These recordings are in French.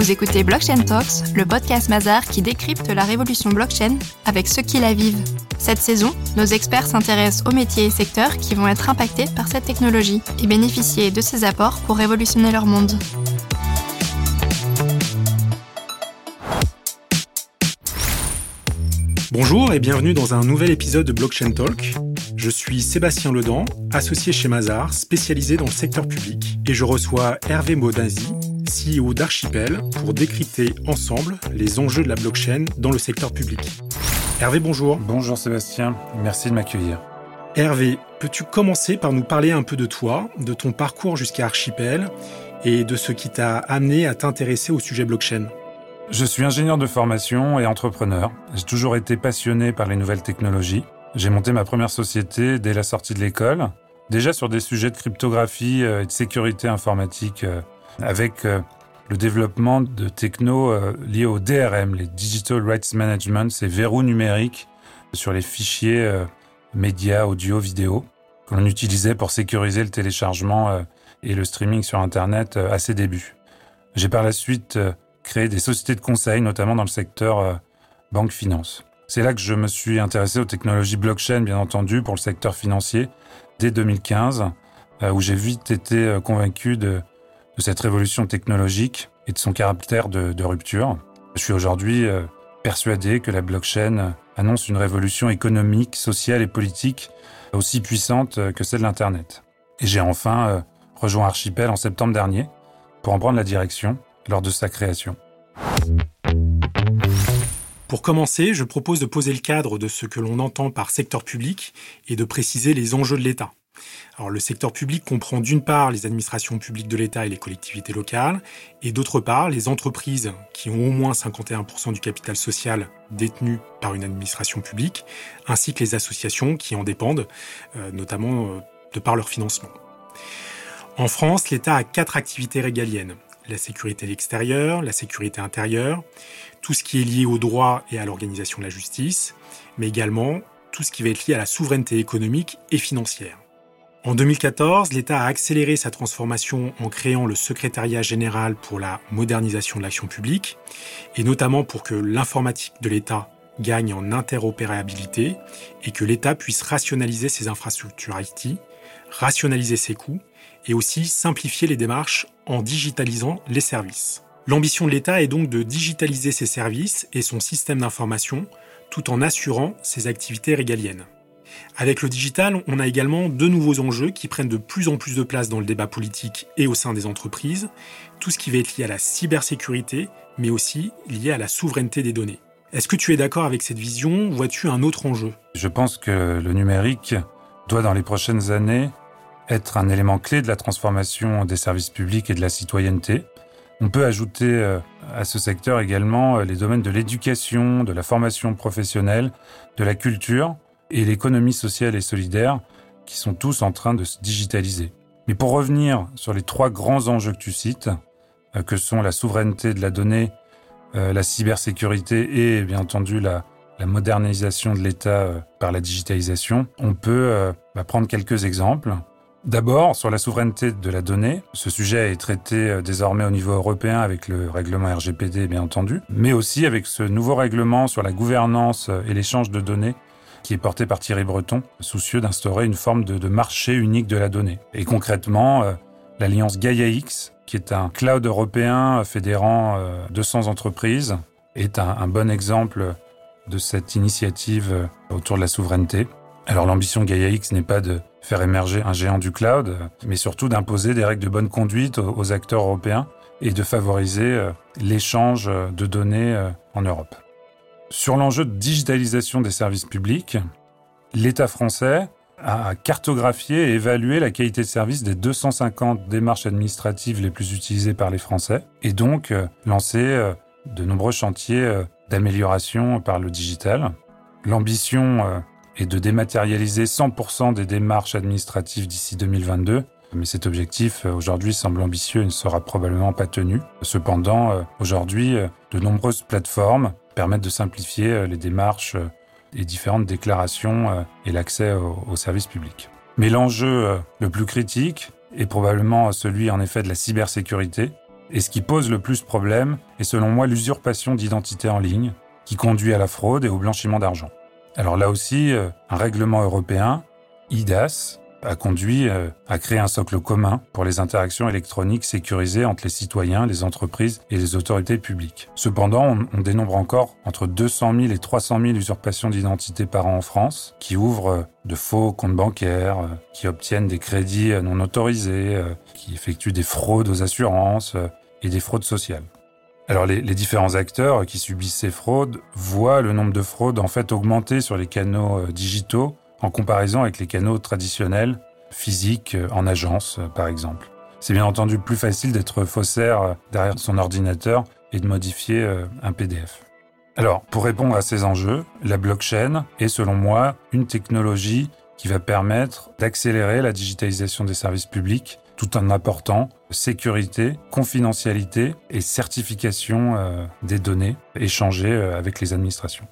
Vous écoutez Blockchain Talks, le podcast Mazars qui décrypte la révolution blockchain avec ceux qui la vivent. Cette saison, nos experts s'intéressent aux métiers et secteurs qui vont être impactés par cette technologie et bénéficier de ses apports pour révolutionner leur monde. Bonjour et bienvenue dans un nouvel épisode de Blockchain Talk. Je suis Sébastien Ledan, associé chez Mazars, spécialisé dans le secteur public, et je reçois Hervé Modazi, CEO d'Archipel, pour décrypter ensemble les enjeux de la blockchain dans le secteur public. Hervé, bonjour. Bonjour Sébastien, merci de m'accueillir. Hervé, peux-tu commencer par nous parler un peu de toi, de ton parcours jusqu'à Archipel, et de ce qui t'a amené à t'intéresser au sujet blockchain ? Je suis ingénieur de formation et entrepreneur. J'ai toujours été passionné par les nouvelles technologies. J'ai monté ma première société dès la sortie de l'école, déjà sur des sujets de cryptographie et de sécurité informatique, avec le développement de techno liés au DRM, les Digital Rights Management, ces verrous numériques sur les fichiers médias, audio, vidéo, que l'on utilisait pour sécuriser le téléchargement et le streaming sur Internet à ses débuts. J'ai par la suite créé des sociétés de conseil, notamment dans le secteur banque-finance. C'est là que je me suis intéressé aux technologies blockchain, bien entendu, pour le secteur financier, dès 2015, où j'ai vite été convaincu de cette révolution technologique et de son caractère de rupture. Je suis aujourd'hui persuadé que la blockchain annonce une révolution économique, sociale et politique aussi puissante que celle de l'Internet. Et j'ai enfin rejoint Archipel en septembre dernier pour en prendre la direction lors de sa création. Pour commencer, je propose de poser le cadre de ce que l'on entend par secteur public et de préciser les enjeux de l'État. Alors, le secteur public comprend d'une part les administrations publiques de l'État et les collectivités locales, et d'autre part les entreprises qui ont au moins 51% du capital social détenu par une administration publique, ainsi que les associations qui en dépendent, notamment de par leur financement. En France, l'État a 4 activités régaliennes. La sécurité extérieure, la sécurité intérieure, tout ce qui est lié au droit et à l'organisation de la justice, mais également tout ce qui va être lié à la souveraineté économique et financière. En 2014, l'État a accéléré sa transformation en créant le secrétariat général pour la modernisation de l'action publique, et notamment pour que l'informatique de l'État gagne en interopérabilité et que l'État puisse rationaliser ses infrastructures IT, rationaliser ses coûts, et aussi simplifier les démarches en digitalisant les services. L'ambition de l'État est donc de digitaliser ses services et son système d'information tout en assurant ses activités régaliennes. Avec le digital, on a également 2 nouveaux enjeux qui prennent de plus en plus de place dans le débat politique et au sein des entreprises, tout ce qui va être lié à la cybersécurité, mais aussi lié à la souveraineté des données. Est-ce que tu es d'accord avec cette vision ou vois-tu un autre enjeu ? Je pense que le numérique doit, dans les prochaines années, être un élément clé de la transformation des services publics et de la citoyenneté. On peut ajouter à ce secteur également les domaines de l'éducation, de la formation professionnelle, de la culture et l'économie sociale et solidaire qui sont tous en train de se digitaliser. Mais pour revenir sur les 3 grands enjeux que tu cites, que sont la souveraineté de la donnée, la cybersécurité et bien entendu la modernisation de l'État par la digitalisation, on peut prendre quelques exemples. D'abord, sur la souveraineté de la donnée, ce sujet est traité désormais au niveau européen avec le règlement RGPD, bien entendu, mais aussi avec ce nouveau règlement sur la gouvernance et l'échange de données qui est porté par Thierry Breton, soucieux d'instaurer une forme de marché unique de la donnée. Et concrètement, l'alliance Gaia-X, qui est un cloud européen fédérant 200 entreprises, est un bon exemple de cette initiative autour de la souveraineté. Alors l'ambition Gaia-X n'est pas de faire émerger un géant du cloud, mais surtout d'imposer des règles de bonne conduite aux acteurs européens et de favoriser l'échange de données en Europe. Sur l'enjeu de digitalisation des services publics, l'État français a cartographié et évalué la qualité de service des 250 démarches administratives les plus utilisées par les Français et donc lancé de nombreux chantiers d'amélioration par le digital. L'ambition est de dématérialiser 100% des démarches administratives d'ici 2022. Mais cet objectif, aujourd'hui, semble ambitieux et ne sera probablement pas tenu. Cependant, aujourd'hui, de nombreuses plateformes permettent de simplifier les démarches, les différentes déclarations et l'accès aux services publics. Mais l'enjeu le plus critique est probablement celui, en effet, de la cybersécurité Et ce qui pose le plus problème est selon moi l'usurpation d'identité en ligne, qui conduit à la fraude et au blanchiment d'argent. Alors là aussi, un règlement européen, eIDAS, a conduit à créer un socle commun pour les interactions électroniques sécurisées entre les citoyens, les entreprises et les autorités publiques. Cependant, on dénombre encore entre 200 000 et 300 000 usurpations d'identité par an en France, qui ouvrent de faux comptes bancaires, qui obtiennent des crédits non autorisés, qui effectuent des fraudes aux assurances et des fraudes sociales. Alors les différents acteurs qui subissent ces fraudes voient le nombre de fraudes en fait augmenter sur les canaux digitaux en comparaison avec les canaux traditionnels, physiques, en agence par exemple. C'est bien entendu plus facile d'être faussaire derrière son ordinateur et de modifier un PDF. Alors, pour répondre à ces enjeux, la blockchain est selon moi une technologie qui va permettre d'accélérer la digitalisation des services publics tout en apportant sécurité, confidentialité et certification des données échangées avec les administrations.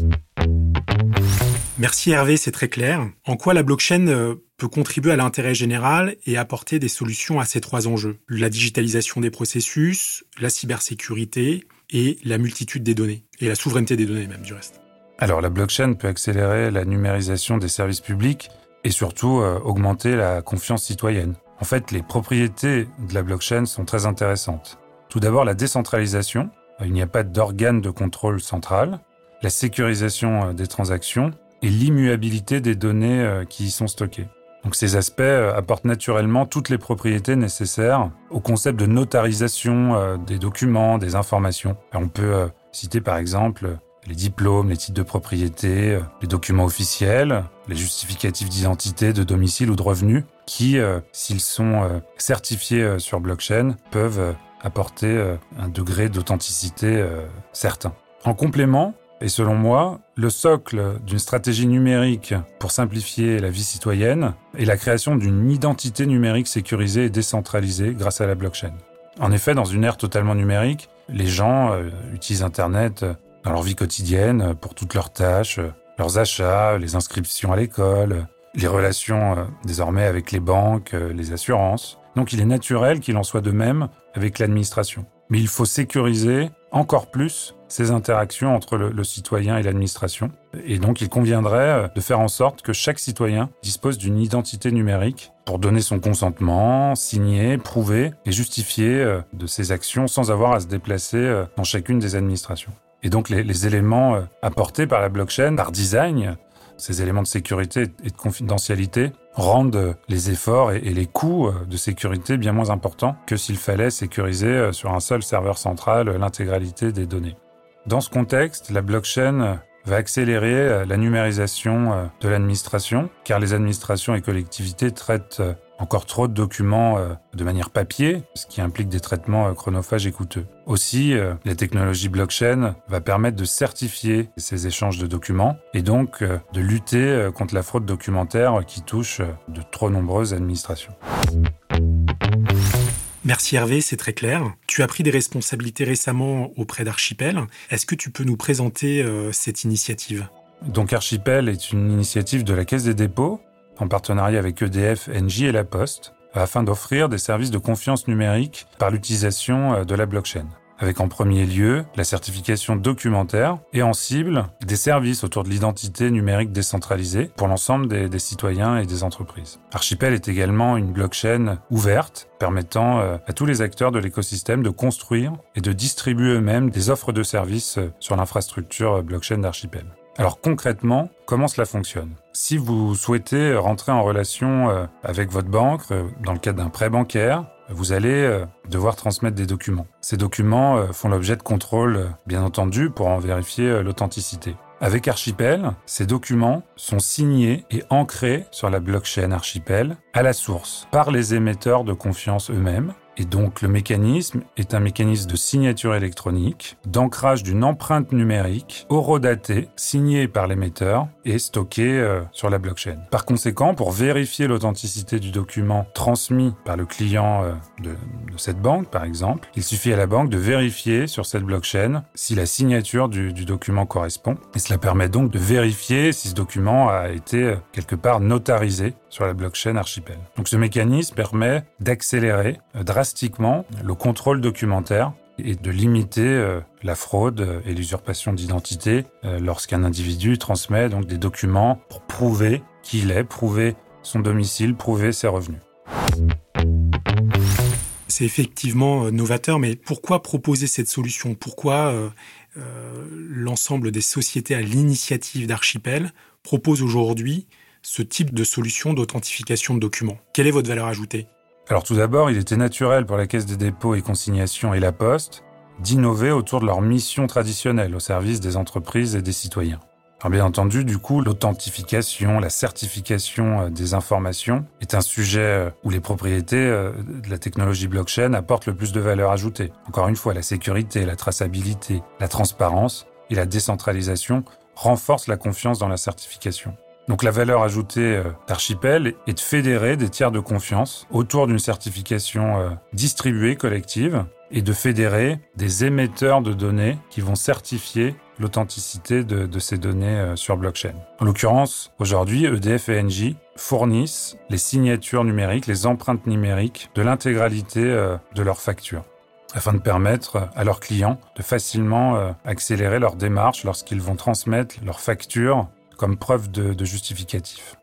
Merci Hervé, c'est très clair. En quoi la blockchain peut contribuer à l'intérêt général et apporter des solutions à ces trois enjeux ? La digitalisation des processus, la cybersécurité et la multitude des données. Et la souveraineté des données même, du reste. Alors la blockchain peut accélérer la numérisation des services publics et surtout augmenter la confiance citoyenne. En fait, les propriétés de la blockchain sont très intéressantes. Tout d'abord, la décentralisation. Il n'y a pas d'organe de contrôle central. La sécurisation des transactions et l'immuabilité des données qui y sont stockées. Donc ces aspects apportent naturellement toutes les propriétés nécessaires au concept de notarisation des documents, des informations. On peut citer par exemple les diplômes, les titres de propriété, les documents officiels, les justificatifs d'identité, de domicile ou de revenus qui, s'ils sont certifiés sur blockchain, peuvent apporter un degré d'authenticité certain. En complément, et selon moi, le socle d'une stratégie numérique pour simplifier la vie citoyenne est la création d'une identité numérique sécurisée et décentralisée grâce à la blockchain. En effet, dans une ère totalement numérique, les gens utilisent Internet dans leur vie quotidienne pour toutes leurs tâches, leurs achats, les inscriptions à l'école, les relations désormais avec les banques, les assurances. Donc il est naturel qu'il en soit de même avec l'administration. Mais il faut sécuriser encore plus ces interactions entre le citoyen et l'administration. Et donc, il conviendrait de faire en sorte que chaque citoyen dispose d'une identité numérique pour donner son consentement, signer, prouver et justifier de ses actions sans avoir à se déplacer dans chacune des administrations. Et donc, les éléments apportés par la blockchain, par design, ces éléments de sécurité et de confidentialité, rendent les efforts et les coûts de sécurité bien moins importants que s'il fallait sécuriser sur un seul serveur central l'intégralité des données. Dans ce contexte, la blockchain va accélérer la numérisation de l'administration, car les administrations et collectivités traitent encore trop de documents de manière papier, ce qui implique des traitements chronophages et coûteux. Aussi, la technologie blockchain va permettre de certifier ces échanges de documents et donc de lutter contre la fraude documentaire qui touche de trop nombreuses administrations. Merci Hervé, c'est très clair. Tu as pris des responsabilités récemment auprès d'Archipel. Est-ce que tu peux nous présenter cette initiative ? Donc Archipel est une initiative de la Caisse des dépôts, en partenariat avec EDF, Engie et La Poste, afin d'offrir des services de confiance numérique par l'utilisation de la blockchain. Avec en premier lieu la certification documentaire et en cible des services autour de l'identité numérique décentralisée pour l'ensemble des citoyens et des entreprises. Archipel est également une blockchain ouverte permettant à tous les acteurs de l'écosystème de construire et de distribuer eux-mêmes des offres de services sur l'infrastructure blockchain d'Archipel. Alors concrètement, comment cela fonctionne ? Si vous souhaitez rentrer en relation avec votre banque dans le cadre d'un prêt bancaire, vous allez devoir transmettre des documents. Ces documents font l'objet de contrôles, bien entendu, pour en vérifier l'authenticité. Avec Archipel, ces documents sont signés et ancrés sur la blockchain Archipel à la source par les émetteurs de confiance eux-mêmes. Et donc, le mécanisme est un mécanisme de signature électronique, d'ancrage d'une empreinte numérique, horodatée, signée par l'émetteur et stockée sur la blockchain. Par conséquent, pour vérifier l'authenticité du document transmis par le client de cette banque, par exemple, il suffit à la banque de vérifier sur cette blockchain si la signature du document correspond. Et cela permet donc de vérifier si ce document a été quelque part notarisé sur la blockchain Archipel. Donc, ce mécanisme permet d'accélérer drastiquement le contrôle documentaire et de limiter la fraude et l'usurpation d'identité lorsqu'un individu transmet donc des documents pour prouver qui il est, prouver son domicile, prouver ses revenus. C'est effectivement novateur, mais pourquoi proposer cette solution ? Pourquoi l'ensemble des sociétés à l'initiative d'Archipel proposent aujourd'hui ce type de solution d'authentification de documents ? Quelle est votre valeur ajoutée ? Alors tout d'abord, il était naturel pour la Caisse des dépôts et consignations et la Poste d'innover autour de leur mission traditionnelle au service des entreprises et des citoyens. Alors bien entendu, du coup, l'authentification, la certification des informations est un sujet où les propriétés de la technologie blockchain apportent le plus de valeur ajoutée. Encore une fois, la sécurité, la traçabilité, la transparence et la décentralisation renforcent la confiance dans la certification. Donc la valeur ajoutée d'Archipel est de fédérer des tiers de confiance autour d'une certification distribuée, collective, et de fédérer des émetteurs de données qui vont certifier l'authenticité de ces données sur blockchain. En l'occurrence, aujourd'hui, EDF et Engie fournissent les signatures numériques, les empreintes numériques de l'intégralité de leurs factures, afin de permettre à leurs clients de facilement accélérer leur démarche lorsqu'ils vont transmettre leurs factures comme preuve de justificatif.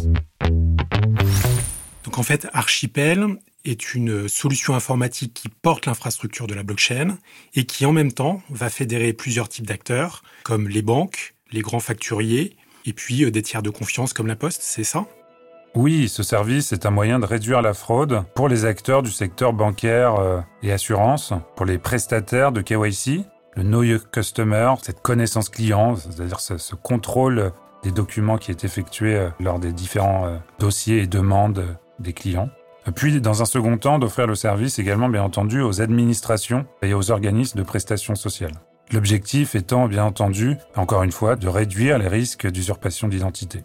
Donc en fait, Archipel est une solution informatique qui porte l'infrastructure de la blockchain et qui en même temps va fédérer plusieurs types d'acteurs, comme les banques, les grands facturiers, et puis des tiers de confiance comme la Poste, c'est ça ? Oui, ce service est un moyen de réduire la fraude pour les acteurs du secteur bancaire et assurance, pour les prestataires de KYC, le Know Your Customer, cette connaissance client, c'est-à-dire ce contrôle des documents qui est effectué lors des différents dossiers et demandes des clients. Puis, dans un second temps, d'offrir le service également, bien entendu, aux administrations et aux organismes de prestations sociales. L'objectif étant, bien entendu, encore une fois, de réduire les risques d'usurpation d'identité.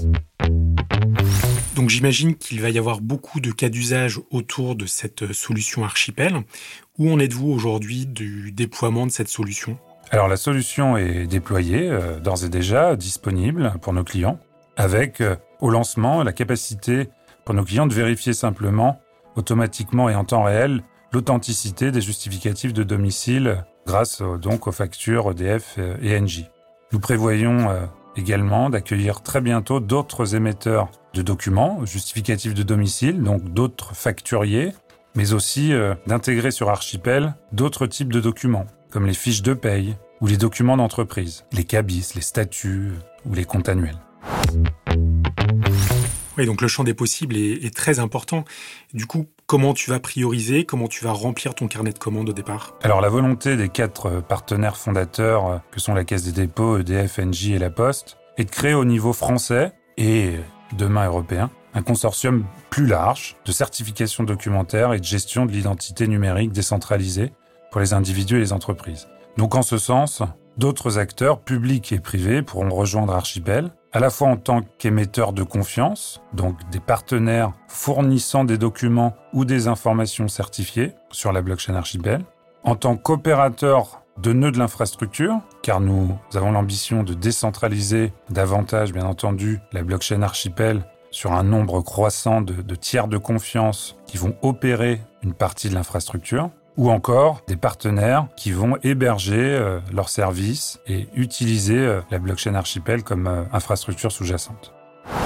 Donc j'imagine qu'il va y avoir beaucoup de cas d'usage autour de cette solution Archipel. Où en êtes-vous aujourd'hui du déploiement de cette solution ? Alors la solution est déployée, d'ores et déjà, disponible pour nos clients, avec au lancement la capacité pour nos clients de vérifier simplement, automatiquement et en temps réel, l'authenticité des justificatifs de domicile grâce donc aux factures EDF et Engie. Nous prévoyons également d'accueillir très bientôt d'autres émetteurs de documents, justificatifs de domicile, donc d'autres facturiers, mais aussi d'intégrer sur Archipel d'autres types de documents, comme les fiches de paye ou les documents d'entreprise, les cabis, les statuts ou les comptes annuels. Oui, donc le champ des possibles est très important. Du coup, comment tu vas prioriser, comment tu vas remplir ton carnet de commandes au départ ? Alors la volonté des 4 partenaires fondateurs, que sont la Caisse des dépôts, EDF, Engie et la Poste, est de créer au niveau français et demain européen un consortium plus large de certification documentaire et de gestion de l'identité numérique décentralisée pour les individus et les entreprises. Donc en ce sens, d'autres acteurs, publics et privés, pourront rejoindre Archipel, à la fois en tant qu'émetteurs de confiance, donc des partenaires fournissant des documents ou des informations certifiées sur la blockchain Archipel, en tant qu'opérateurs de nœuds de l'infrastructure, car nous avons l'ambition de décentraliser davantage, bien entendu, la blockchain Archipel sur un nombre croissant de tiers de confiance qui vont opérer une partie de l'infrastructure, ou encore des partenaires qui vont héberger leurs services et utiliser la blockchain Archipel comme infrastructure sous-jacente.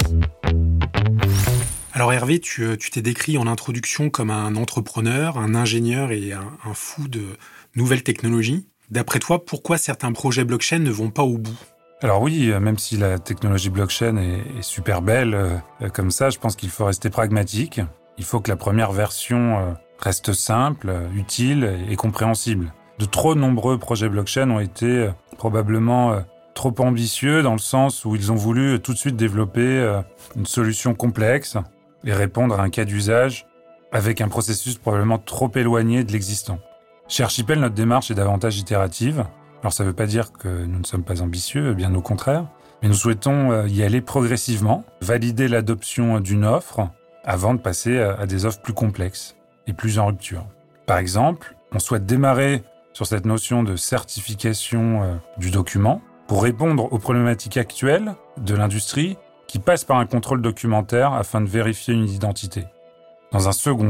Alors Hervé, tu t'es décrit en introduction comme un entrepreneur, un ingénieur et un fou de nouvelles technologies. D'après toi, pourquoi certains projets blockchain ne vont pas au bout ? Alors oui, même si la technologie blockchain est super belle comme ça, je pense qu'il faut rester pragmatique. Il faut que la première version reste simple, utile et compréhensible. De trop nombreux projets blockchain ont été probablement trop ambitieux dans le sens où ils ont voulu tout de suite développer une solution complexe et répondre à un cas d'usage avec un processus probablement trop éloigné de l'existant. Chez Archipel, notre démarche est davantage itérative. Alors ça ne veut pas dire que nous ne sommes pas ambitieux, bien au contraire, mais nous souhaitons y aller progressivement, valider l'adoption d'une offre avant de passer à des offres plus complexes et plus en rupture. Par exemple, on souhaite démarrer sur cette notion de certification du document pour répondre aux problématiques actuelles de l'industrie qui passent par un contrôle documentaire afin de vérifier une identité. Dans un second temps,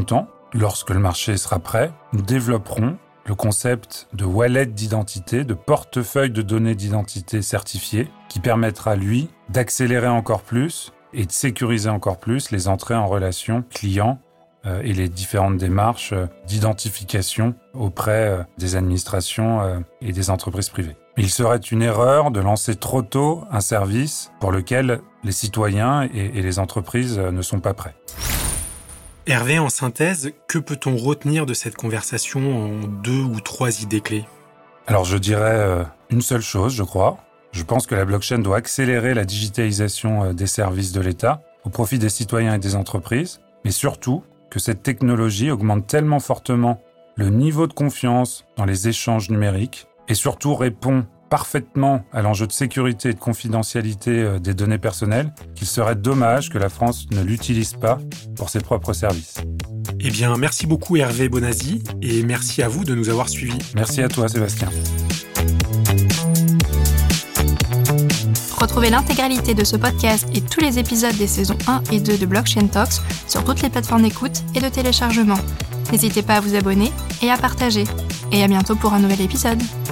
lorsque le marché sera prêt, nous développerons le concept de wallet d'identité, de portefeuille de données d'identité certifié, qui permettra, lui, d'accélérer encore plus et de sécuriser encore plus les entrées en relation clients et les différentes démarches d'identification auprès des administrations et des entreprises privées. Il serait une erreur de lancer trop tôt un service pour lequel les citoyens et les entreprises ne sont pas prêts. Hervé, en synthèse, que peut-on retenir de cette conversation en 2 ou 3 idées clés ? Alors je dirais une seule chose, je crois. Je pense que la blockchain doit accélérer la digitalisation des services de l'État au profit des citoyens et des entreprises, mais surtout que cette technologie augmente tellement fortement le niveau de confiance dans les échanges numériques et surtout répond parfaitement à l'enjeu de sécurité et de confidentialité des données personnelles qu'il serait dommage que la France ne l'utilise pas pour ses propres services. Eh bien, merci beaucoup Hervé Bonazzi et merci à vous de nous avoir suivis. Merci à toi Sébastien. Retrouvez l'intégralité de ce podcast et tous les épisodes des saisons 1 et 2 de Blockchain Talks sur toutes les plateformes d'écoute et de téléchargement. N'hésitez pas à vous abonner et à partager. Et à bientôt pour un nouvel épisode.